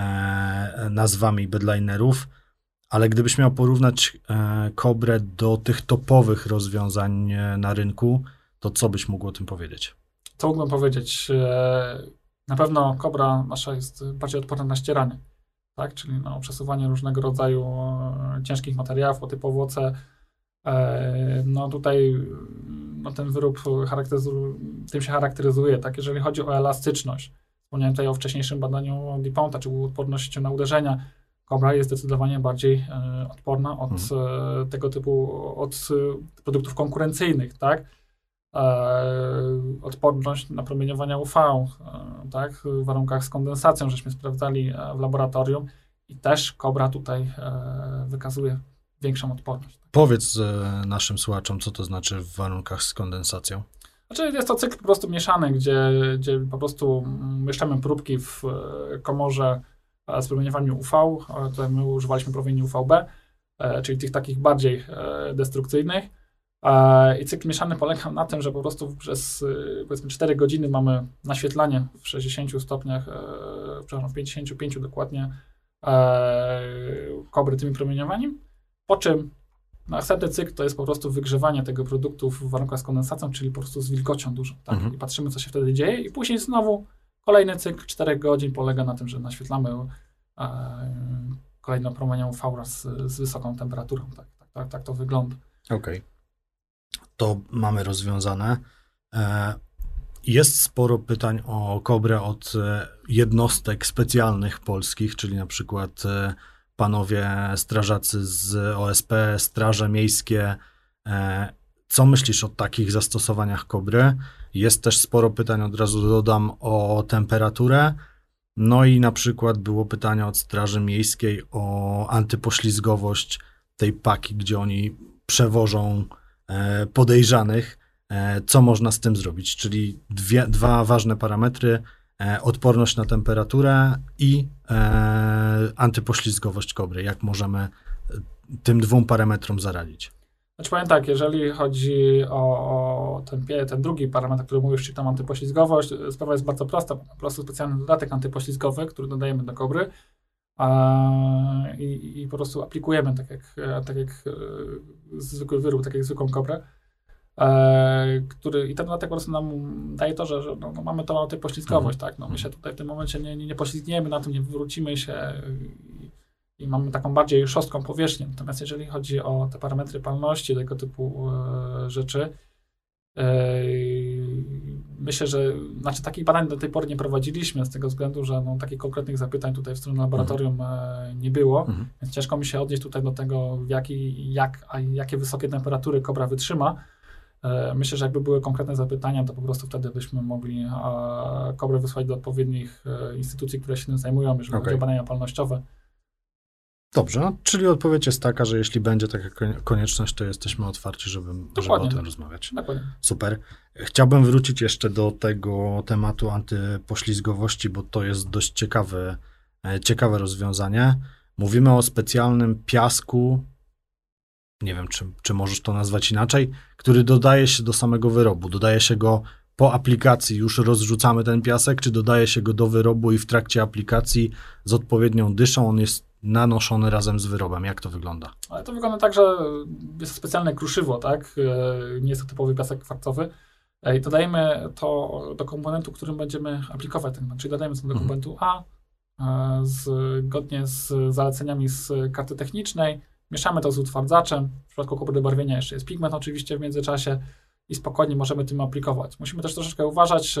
e, nazwami bedlinerów, ale gdybyś miał porównać e, Cobrę do tych topowych rozwiązań na rynku, to co byś mógł o tym powiedzieć? Co mógłbym powiedzieć? E, na pewno Cobra nasza jest bardziej odporna na ścieranie. tak? Czyli no, przesuwanie różnego rodzaju e, ciężkich materiałów, typu owoce. E, no tutaj no, ten wyrób charakteryzuje, tym się charakteryzuje, tak? Jeżeli chodzi o elastyczność. Wspomniałem tutaj o wcześniejszym badaniu DuPonta, czy odporność na uderzenia. Cobra jest zdecydowanie bardziej e, odporna od hmm. e, tego typu, od e, produktów konkurencyjnych, tak? E, odporność na promieniowania U V, e, tak? W warunkach z kondensacją, żeśmy sprawdzali e, w laboratorium i też Cobra tutaj e, wykazuje większą odporność. Powiedz e, naszym słuchaczom, co to znaczy w warunkach z kondensacją. Znaczy jest to cykl po prostu mieszany, gdzie, gdzie po prostu mieszczamy próbki w komorze z promieniowaniem U V. Tutaj my używaliśmy promieni U V B, czyli tych takich bardziej destrukcyjnych. I cykl mieszany polega na tym, że po prostu przez powiedzmy cztery godziny mamy naświetlanie w sześćdziesięciu stopniach, przepraszam, w pięćdziesięciu pięciu dokładnie Cobry tymi promieniowaniem, po czym następny cykl to jest po prostu wygrzewanie tego produktu w warunkach z kondensacją, czyli po prostu z wilgocią dużą, tak? Mhm. I patrzymy, co się wtedy dzieje i później znowu kolejny cykl czterech godzin polega na tym, że naświetlamy e, kolejną promienią U V z, z wysoką temperaturą, tak, tak, tak, tak to wygląda. Okej. Okay. To mamy rozwiązane. E, jest sporo pytań o Cobrę od jednostek specjalnych polskich, czyli na przykład e, panowie strażacy z O S P, straże miejskie. E, co myślisz o takich zastosowaniach Cobry? Jest też sporo pytań, od razu dodam, o temperaturę. No i na przykład było pytanie od straży miejskiej o antypoślizgowość tej paki, gdzie oni przewożą e, podejrzanych. E, co można z tym zrobić? Czyli dwie, dwa ważne parametry. Odporność na temperaturę i e, antypoślizgowość Cobry. Jak możemy tym dwóm parametrom zaradzić? Znaczy powiem tak, jeżeli chodzi o, o ten, ten drugi parametr, który mówisz, czyli tam antypoślizgowość, sprawa jest bardzo prosta. Po prostu specjalny dodatek antypoślizgowy, który dodajemy do Cobry a, i, i po prostu aplikujemy tak jak, tak jak zwykły wyrób, tak jak zwykłą Cobrę. E, który, i ten dodatek po prostu nam daje to, że, że no, no mamy tą poślizgowość, mhm. tak, no my się tutaj w tym momencie nie, nie, nie poślizgniemy na tym, nie wywrócimy się i, i mamy taką bardziej szorstką powierzchnię. Natomiast jeżeli chodzi o te parametry palności, tego typu e, rzeczy, e, myślę, że, znaczy takich badań do tej pory nie prowadziliśmy z tego względu, że no, takich konkretnych zapytań tutaj w stronie laboratorium mhm. e, nie było, mhm. więc ciężko mi się odnieść tutaj do tego, w jaki, jak, a jakie wysokie temperatury Cobra wytrzyma. Myślę, że jakby były konkretne zapytania, to po prostu wtedy byśmy mogli Cobrę wysłać do odpowiednich instytucji, które się tym zajmują, jeżeli okay. chodzi o badania palnościowe. Dobrze, no, czyli odpowiedź jest taka, że jeśli będzie taka konieczność, to jesteśmy otwarci, żeby, żeby o tym rozmawiać. Dokładnie. Super. Chciałbym wrócić jeszcze do tego tematu antypoślizgowości, bo to jest dość ciekawe, ciekawe rozwiązanie. Mówimy o specjalnym piasku, nie wiem, czy, czy możesz to nazwać inaczej, który dodaje się do samego wyrobu. Dodaje się go po aplikacji, już rozrzucamy ten piasek, czy dodaje się go do wyrobu i w trakcie aplikacji z odpowiednią dyszą on jest nanoszony razem z wyrobem. Jak to wygląda? Ale to wygląda tak, że jest specjalne kruszywo, tak? Nie jest to typowy piasek kwarcowy. I dodajemy to do komponentu, którym będziemy aplikować. Czyli dodajemy do komponentu A, zgodnie z zaleceniami z karty technicznej. Mieszamy to z utwardzaczem. W przypadku Cobry barwienia jeszcze jest pigment oczywiście w międzyczasie i spokojnie możemy tym aplikować. Musimy też troszeczkę uważać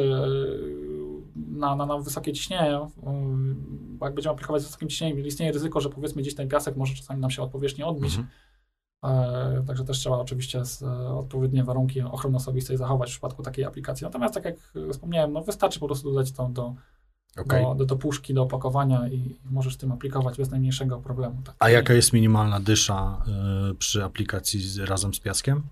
na, na, na wysokie ciśnienie, bo jak będziemy aplikować z wysokim ciśnieniem, istnieje ryzyko, że powiedzmy gdzieś ten piasek może czasami nam się od powierzchni odbić. Mhm. E, także też trzeba oczywiście z, odpowiednie warunki ochrony osobistej zachować w przypadku takiej aplikacji. Natomiast tak jak wspomniałem, no wystarczy po prostu dodać to do Okay. Do, do, do puszki, do opakowania i możesz tym aplikować bez najmniejszego problemu. Tak. A jaka jest minimalna dysza y, przy aplikacji z, razem z piaskiem?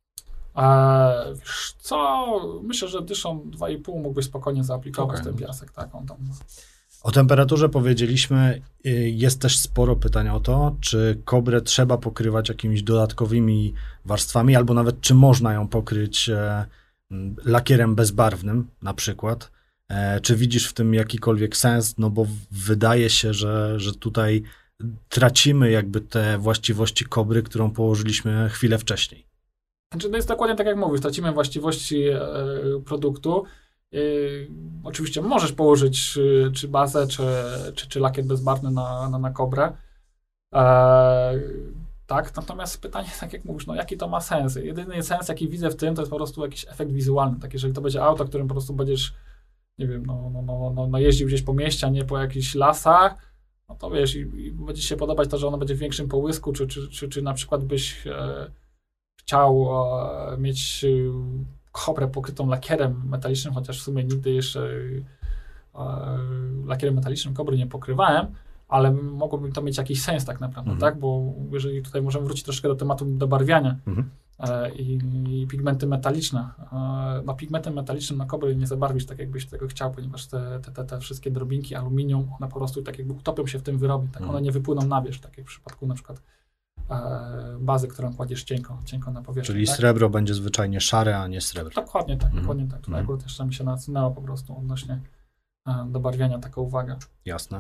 E, wiesz co, myślę, że dyszą dwa i pół mógłbyś spokojnie zaaplikować okay. ten piasek. Tak, on tam... O temperaturze powiedzieliśmy, y, jest też sporo pytań o to, czy Cobrę trzeba pokrywać jakimiś dodatkowymi warstwami, albo nawet czy można ją pokryć e, lakierem bezbarwnym na przykład. Czy widzisz w tym jakikolwiek sens? No bo wydaje się, że, że tutaj tracimy jakby te właściwości Cobry, którą położyliśmy chwilę wcześniej. Znaczy to jest dokładnie tak jak mówisz, tracimy właściwości e, produktu Yy, oczywiście możesz położyć czy, czy bazę, czy, czy, czy lakier bezbarwny na, na, na kobrę. Eee, tak, natomiast pytanie, tak jak mówisz, no jaki to ma sens? Jedyny sens, jaki widzę w tym, to jest po prostu jakiś efekt wizualny. Tak, jeżeli to będzie auto, którym po prostu będziesz, nie wiem, no, no, no, no, no jeździł gdzieś po mieście, a nie po jakichś lasach, no to wiesz, i, i będzie się podobać to, że ono będzie w większym połysku, czy, czy, czy, czy na przykład byś e, chciał e, mieć kobrę pokrytą lakierem metalicznym, chociaż w sumie nigdy jeszcze e, lakierem metalicznym kobry nie pokrywałem, ale mogłoby to mieć jakiś sens tak naprawdę, mhm. tak? Bo jeżeli tutaj możemy wrócić troszkę do tematu dobarwiania mhm. e, i, i pigmenty metaliczne. E, no pigmentem metalicznym na kobry nie zabarwisz tak, jakbyś tego chciał, ponieważ te, te, te, te wszystkie drobinki aluminium, one po prostu tak jakby utopią się w tym wyrobie, tak? Mhm. One nie wypłyną na wierzch, tak jak w przypadku na przykład e, bazy, którą kładziesz cienko, cienko na powierzchnię. Czyli tak? srebro będzie zwyczajnie szare, a nie srebro. Dokładnie tak, mhm. dokładnie tak. Tutaj mhm. akurat jeszcze mi się nasunęło po prostu odnośnie e, dobarwiania taka uwaga. Jasne.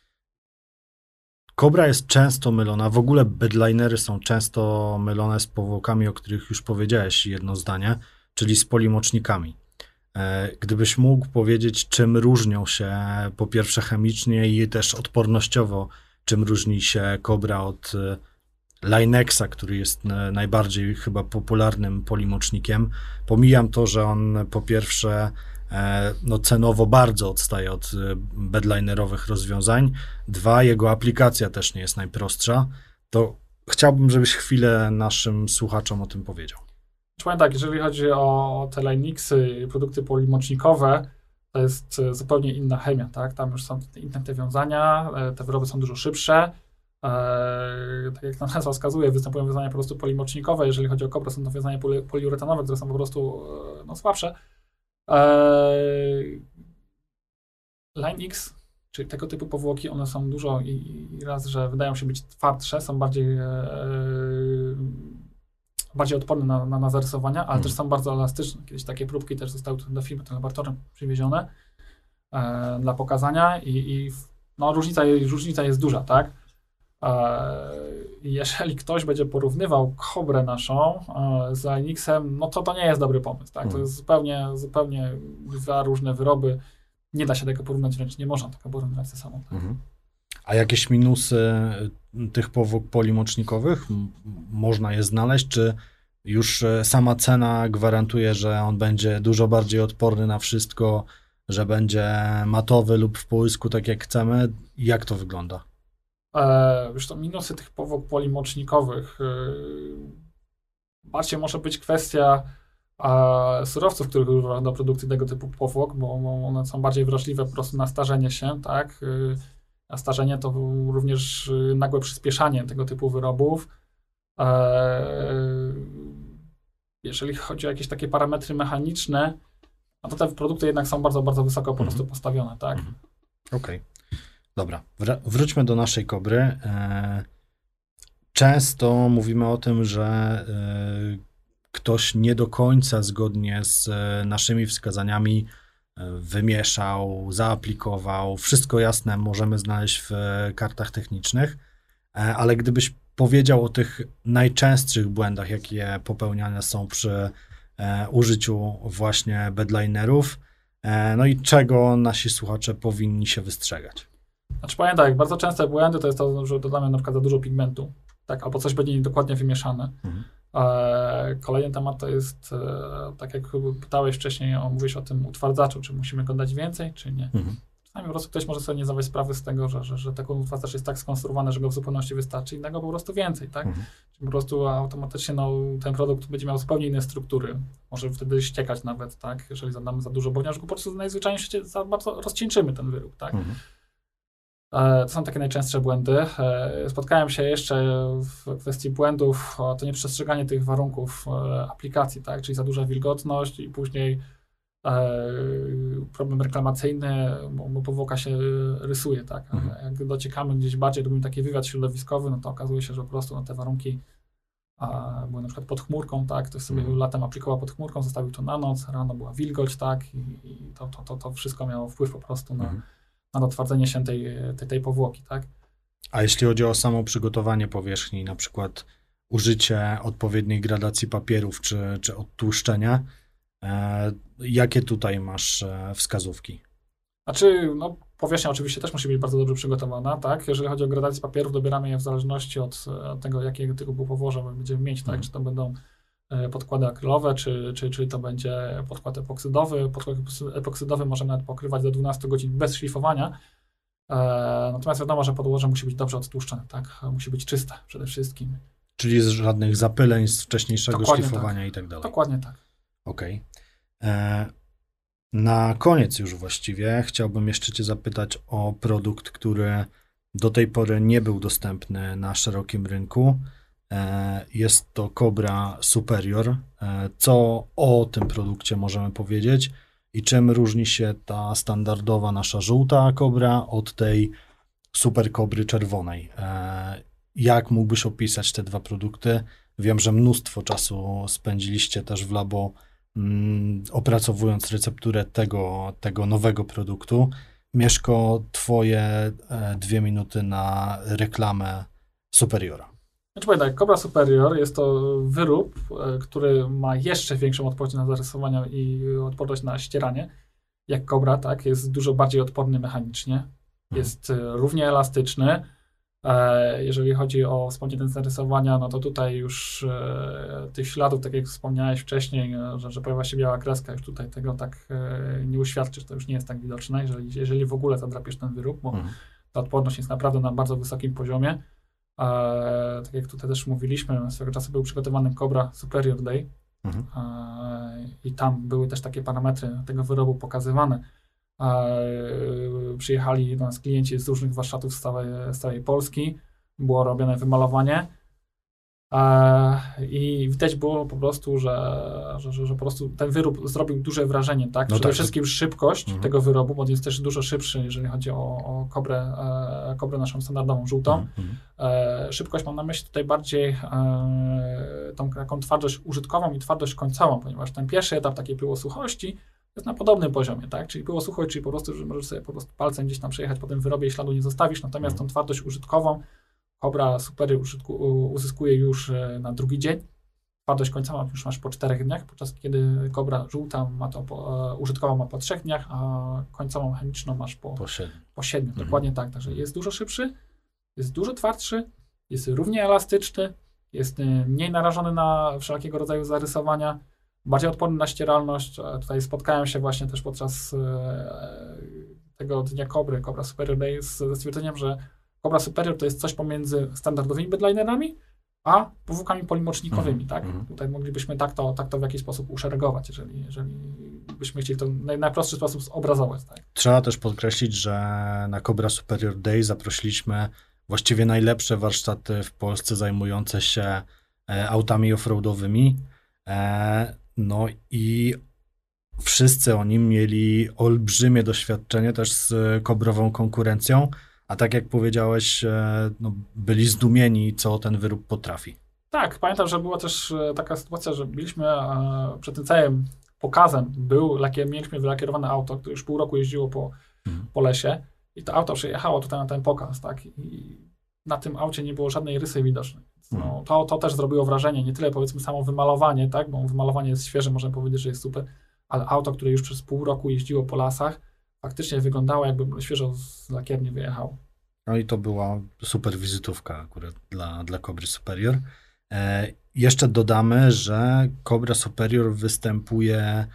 Kobra jest często mylona, w ogóle bedlinery są często mylone z powłokami, o których już powiedziałeś jedno zdanie, czyli z polimocznikami. Gdybyś mógł powiedzieć, czym różnią się po pierwsze chemicznie i też odpornościowo, czym różni się Kobra od Linexa, który jest najbardziej chyba popularnym polimocznikiem. Pomijam to, że on po pierwsze no cenowo bardzo odstaje od bedlinerowych rozwiązań. Dwa, jego aplikacja też nie jest najprostsza. To chciałbym, żebyś chwilę naszym słuchaczom o tym powiedział. Powiem tak, jeżeli chodzi o te Linexy, produkty polimocznikowe, to jest zupełnie inna chemia, tak? Tam już są inne te wiązania, te wyroby są dużo szybsze. Eee, tak jak nazwa wskazuje, występują wiązania po prostu polimocznikowe. Jeżeli chodzi o Kobrę, są to wiązania poli- poliuretanowe, które są po prostu no, słabsze. Eee, Line-X, czyli tego typu powłoki, one są dużo i, i raz, że wydają się być twardsze, są bardziej e, bardziej odporne na, na, na zarysowania, ale hmm. też są bardzo elastyczne. Kiedyś takie próbki też zostały do firmy, do laboratorium przywiezione e, dla pokazania i, i no, różnica, różnica jest duża, tak? E, jeżeli ktoś będzie porównywał Kobrę naszą e, z Linexem, no to to nie jest dobry pomysł, tak? Hmm. To jest zupełnie, zupełnie dwa różne wyroby. Nie da się tego porównać, wręcz nie można tego porównać ze sobą. Tak? Mhm. A jakieś minusy tych powłok polimocznikowych? M- można je znaleźć, czy już sama cena gwarantuje, że on będzie dużo bardziej odporny na wszystko, że będzie matowy lub w połysku, tak jak chcemy? Jak to wygląda? E, wiesz to minusy tych powłok polimocznikowych. E, bardziej może być kwestia a surowców, których używa do produkcji tego typu powłok, bo one są bardziej wrażliwe po prostu na starzenie się, tak? A starzenie to również nagłe przyspieszanie tego typu wyrobów. Jeżeli chodzi o jakieś takie parametry mechaniczne, no to te produkty jednak są bardzo, bardzo wysoko po prostu postawione, tak? Okej, okay. Dobra. Wr- wróćmy do naszej Kobry. Często mówimy o tym, że ktoś nie do końca zgodnie z naszymi wskazaniami wymieszał, zaaplikował. Wszystko jasne możemy znaleźć w kartach technicznych, ale gdybyś powiedział o tych najczęstszych błędach, jakie popełniane są przy użyciu właśnie bedlinerów, no i czego nasi słuchacze powinni się wystrzegać? Znaczy pamiętaj, tak, bardzo częste błędy to jest to, że dodamy na przykład za dużo pigmentu, tak, albo coś będzie niedokładnie wymieszane. Mhm. Kolejny temat to jest, tak jak pytałeś wcześniej, o, mówiłeś o tym utwardzaczu, czy musimy go dać więcej, czy nie. Mhm. Czasami po prostu ktoś może sobie nie zdawać sprawy z tego, że, że, że taki utwardzacz jest tak skonstruowany, że go w zupełności wystarczy, innego po prostu więcej, tak? Mhm. Czyli po prostu automatycznie no, ten produkt będzie miał zupełnie inne struktury. Może wtedy ściekać nawet, tak? Jeżeli zadamy za dużo, ponieważ go po prostu najzwyczajniej w świecie za bardzo rozcieńczymy ten wyrób, tak? Mhm. To są takie najczęstsze błędy. Spotkałem się jeszcze w kwestii błędów, to nieprzestrzeganie tych warunków aplikacji, tak? Czyli za duża wilgotność i później problem reklamacyjny, bo powłoka się rysuje, tak? Mhm. Jak dociekamy gdzieś bardziej, robimy taki wywiad środowiskowy, no to okazuje się, że po prostu no, te warunki a, były na przykład pod chmurką, tak? Ktoś sobie mhm. latem aplikował pod chmurką, zostawił to na noc, rano była wilgoć, tak? I, i to, to, to, to wszystko miało wpływ po prostu na mhm. na dotwardzenie się tej, tej, tej powłoki, tak? A jeśli chodzi o samo przygotowanie powierzchni, na przykład użycie odpowiedniej gradacji papierów czy, czy odtłuszczenia, E, jakie tutaj masz e, wskazówki? Znaczy, no, powierzchnia oczywiście też musi być bardzo dobrze przygotowana, tak? Jeżeli chodzi o gradację papierów, dobieramy je w zależności od, od tego, jakiego typu położa będziemy mieć, tak? Mhm. Czy to będą podkłady akrylowe, czy, czy, czy to będzie podkład epoksydowy. Podkład epoksydowy możemy nawet pokrywać do dwunastu godzin bez szlifowania. E, natomiast wiadomo, że podłoże musi być dobrze odtłuszczone, tak? Musi być czyste przede wszystkim. Czyli z żadnych zapyleń z wcześniejszego Dokładnie szlifowania tak. i tak dalej. Dokładnie tak. Okej. Okay. Na koniec już właściwie chciałbym jeszcze Cię zapytać o produkt, który do tej pory nie był dostępny na szerokim rynku. Jest to Cobra Superior. Co o tym produkcie możemy powiedzieć i czym różni się ta standardowa nasza żółta Cobra od tej Super Cobry czerwonej? Jak mógłbyś opisać te dwa produkty? Wiem, że mnóstwo czasu spędziliście też w labo mm, opracowując recepturę tego, tego nowego produktu. Mieszko, twoje e, dwie minuty na reklamę Superiora. Znaczy powiem tak, Cobra Superior jest to wyrób, e, który ma jeszcze większą odporność na zarysowania i odporność na ścieranie, jak Cobra, tak? Jest dużo bardziej odporny mechanicznie, jest e, równie elastyczny. E, jeżeli chodzi o wspomnienie zarysowania, no to tutaj już e, tych śladów, tak jak wspomniałeś wcześniej, e, że, że pojawia się biała kreska, już tutaj tego tak e, nie uświadczysz, to już nie jest tak widoczne, jeżeli, jeżeli w ogóle zadrapiesz ten wyrób, bo mhm. ta odporność jest naprawdę na bardzo wysokim poziomie. E, tak jak tutaj też mówiliśmy, swego czasu był przygotowany Cobra Superior Day mhm. e, i tam były też takie parametry tego wyrobu pokazywane. E, przyjechali do nas klienci z różnych warsztatów z całej, z całej Polski, było robione wymalowanie e, i widać było po prostu, że, że, że, że po prostu ten wyrób zrobił duże wrażenie, tak? No Przede tak, wszystkim to... szybkość mhm. tego wyrobu, bo jest też dużo szybszy, jeżeli chodzi o, o kobrę, e, kobrę naszą standardową, żółtą. Mhm. E, szybkość mam na myśli tutaj bardziej e, tą taką twardość użytkową i twardość końcową, ponieważ ten pierwszy etap takiej pyłosuchości jest na podobnym poziomie, tak? Czyli pyłosuchość, czyli po prostu, że możesz sobie po prostu palcem gdzieś tam przejechać po tym wyrobie i śladu nie zostawisz, natomiast mhm. tą twardość użytkową Cobra Superior uzyskuje już na drugi dzień. Twardość końcową już masz po czterech dniach, podczas kiedy Cobra żółta ma to po, użytkową ma po trzech dniach, a końcową chemiczną masz po, po siedmiu. Po siedmiu mhm. Dokładnie tak. Także jest dużo szybszy, jest dużo twardszy, jest równie elastyczny, jest mniej narażony na wszelkiego rodzaju zarysowania, bardziej odporny na ścieralność. Tutaj spotkałem się właśnie też podczas tego dnia Cobry, Cobra Superior Day, ze stwierdzeniem, że Cobra Superior to jest coś pomiędzy standardowymi bedlinerami, a powłókami polimocznikowymi, mm, tak? Mm. Tutaj moglibyśmy tak to, tak to w jakiś sposób uszeregować, jeżeli, jeżeli byśmy chcieli to w naj, najprostszy sposób zobrazować, tak? Trzeba też podkreślić, że na Cobra Superior Day zaprosiliśmy właściwie najlepsze warsztaty w Polsce zajmujące się e, autami offroadowymi, e, no i wszyscy oni mieli olbrzymie doświadczenie też z kobrową konkurencją, a tak jak powiedziałeś, no, byli zdumieni, co ten wyrób potrafi. Tak, pamiętam, że była też taka sytuacja, że byliśmy przed tym całym pokazem, był, lakier, mieliśmy wylakierowane auto, które już pół roku jeździło po, mhm. po lesie i to auto przyjechało tutaj na ten pokaz, tak, i na tym aucie nie było żadnej rysy widocznej. No, mhm. to, to też zrobiło wrażenie, nie tyle powiedzmy samo wymalowanie, tak, bo wymalowanie jest świeże, możemy powiedzieć, że jest super, ale auto, które już przez pół roku jeździło po lasach, faktycznie wyglądało, jakby świeżo z lakierni wyjechało. No i to była super wizytówka akurat dla, dla Cobry Superior. E, jeszcze dodamy, że Cobra Superior występuje e,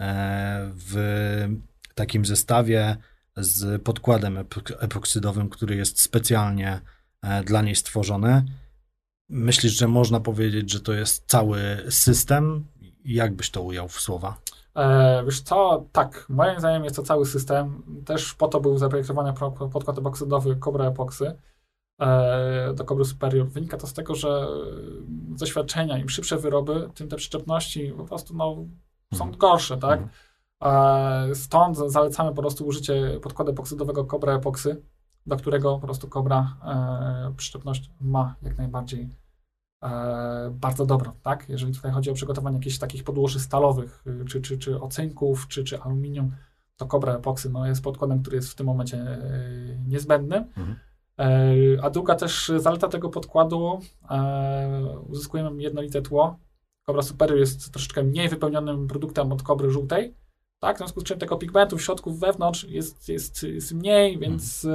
w takim zestawie z podkładem epoksydowym, który jest specjalnie e, dla niej stworzony. Myślisz, że można powiedzieć, że to jest cały system? Jak byś to ujął w słowa? E, wiesz co, tak, moim zdaniem jest to cały system, też po to był zaprojektowany podkład epoksydowy Cobra Epoxy e, do Cobry Superior. Wynika to z tego, że z doświadczenia, im szybsze wyroby, tym te przyczepności po prostu no, są mm. gorsze, tak? Mm. E, stąd zalecamy po prostu użycie podkładu epoksydowego Cobra Epoxy, do którego po prostu Cobra e, przyczepność ma jak najbardziej E, bardzo dobrą, tak? Jeżeli tutaj chodzi o przygotowanie jakichś takich podłoży stalowych, czy, czy, czy ocynków, czy, czy aluminium, to Cobra Epoxy no, jest podkładem, który jest w tym momencie e, niezbędny. Mhm. E, a druga też zaleta tego podkładu, e, uzyskujemy jednolite tło, Cobra Superior jest troszeczkę mniej wypełnionym produktem od Cobry żółtej, tak? W związku z czym tego pigmentu w środku, wewnątrz jest, jest, jest mniej, więc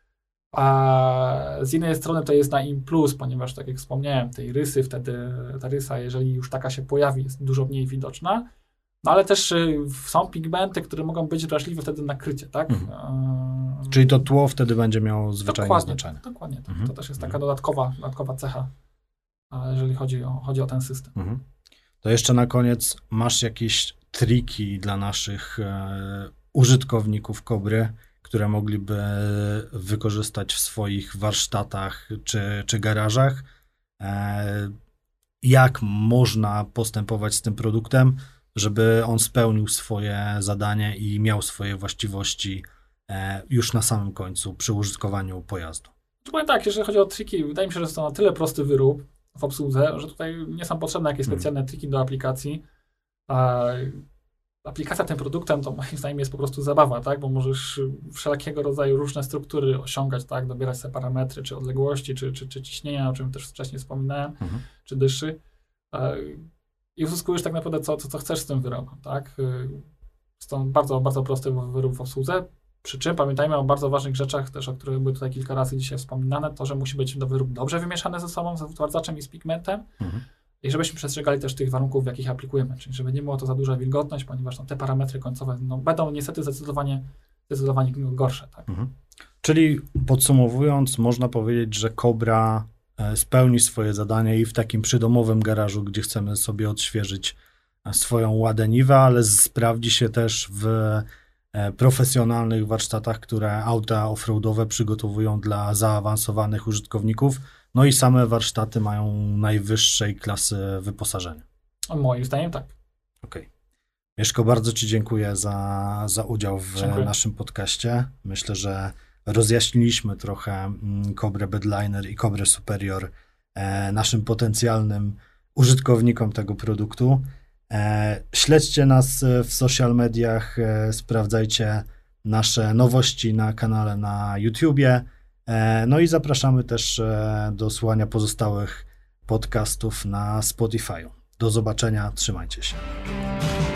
a z jednej strony to jest na im plus, ponieważ tak jak wspomniałem, tej rysy wtedy, ta rysa, jeżeli już taka się pojawi, jest dużo mniej widoczna, no ale też są pigmenty, które mogą być wrażliwe wtedy na krycie, tak? Mhm. Czyli to tło wtedy będzie miało zwyczajne dokładnie, znaczenie. Dokładnie, tak. Mhm. To też jest taka dodatkowa, dodatkowa cecha, jeżeli chodzi o, chodzi o ten system. Mhm. To jeszcze na koniec, masz jakieś triki dla naszych e, użytkowników Cobry, które mogliby wykorzystać w swoich warsztatach czy, czy garażach? E, jak można postępować z tym produktem, żeby on spełnił swoje zadanie i miał swoje właściwości e, już na samym końcu przy użytkowaniu pojazdu? Powiem tak, jeżeli chodzi o triki, wydaje mi się, że jest to na tyle prosty wyrób w obsłudze, że tutaj nie są potrzebne jakieś specjalne hmm. triki do aplikacji. A aplikacja tym produktem to moim zdaniem jest po prostu zabawa, tak? Bo możesz wszelkiego rodzaju różne struktury osiągać, tak? Dobierać sobie parametry, czy odległości, czy, czy, czy ciśnienia, o czym też wcześniej wspominałem, hmm. czy dyszy. I uzyskujesz tak naprawdę co, co, co chcesz z tym wyrobem, tak? Jest to bardzo, bardzo prosty wyrób w obsłudze. Przy czym pamiętajmy o bardzo ważnych rzeczach, też o których były tutaj kilka razy dzisiaj wspominane, to, że musi być do wyrób dobrze wymieszany ze sobą, z odtłardzaczem i z pigmentem mhm. i żebyśmy przestrzegali też tych warunków, w jakich aplikujemy, czyli żeby nie było to za duża wilgotność, ponieważ no, te parametry końcowe no, będą niestety zdecydowanie, zdecydowanie gorsze. Tak? Mhm. Czyli podsumowując, można powiedzieć, że Cobra spełni swoje zadanie i w takim przydomowym garażu, gdzie chcemy sobie odświeżyć swoją ładeniwę, ale sprawdzi się też w profesjonalnych warsztatach, które auta offroadowe przygotowują dla zaawansowanych użytkowników, no i same warsztaty mają najwyższej klasy wyposażenia. Moim zdaniem tak. Okej. Okay. Mieszko, bardzo Ci dziękuję za, za udział w dziękuję. naszym podcaście. Myślę, że rozjaśniliśmy trochę Cobrę Badliner i Cobrę Superior e, naszym potencjalnym użytkownikom tego produktu. E, śledźcie nas w social mediach, e, sprawdzajcie nasze nowości na kanale na YouTubie, e, no i zapraszamy też e, do słuchania pozostałych podcastów na Spotify'u. Do zobaczenia, trzymajcie się.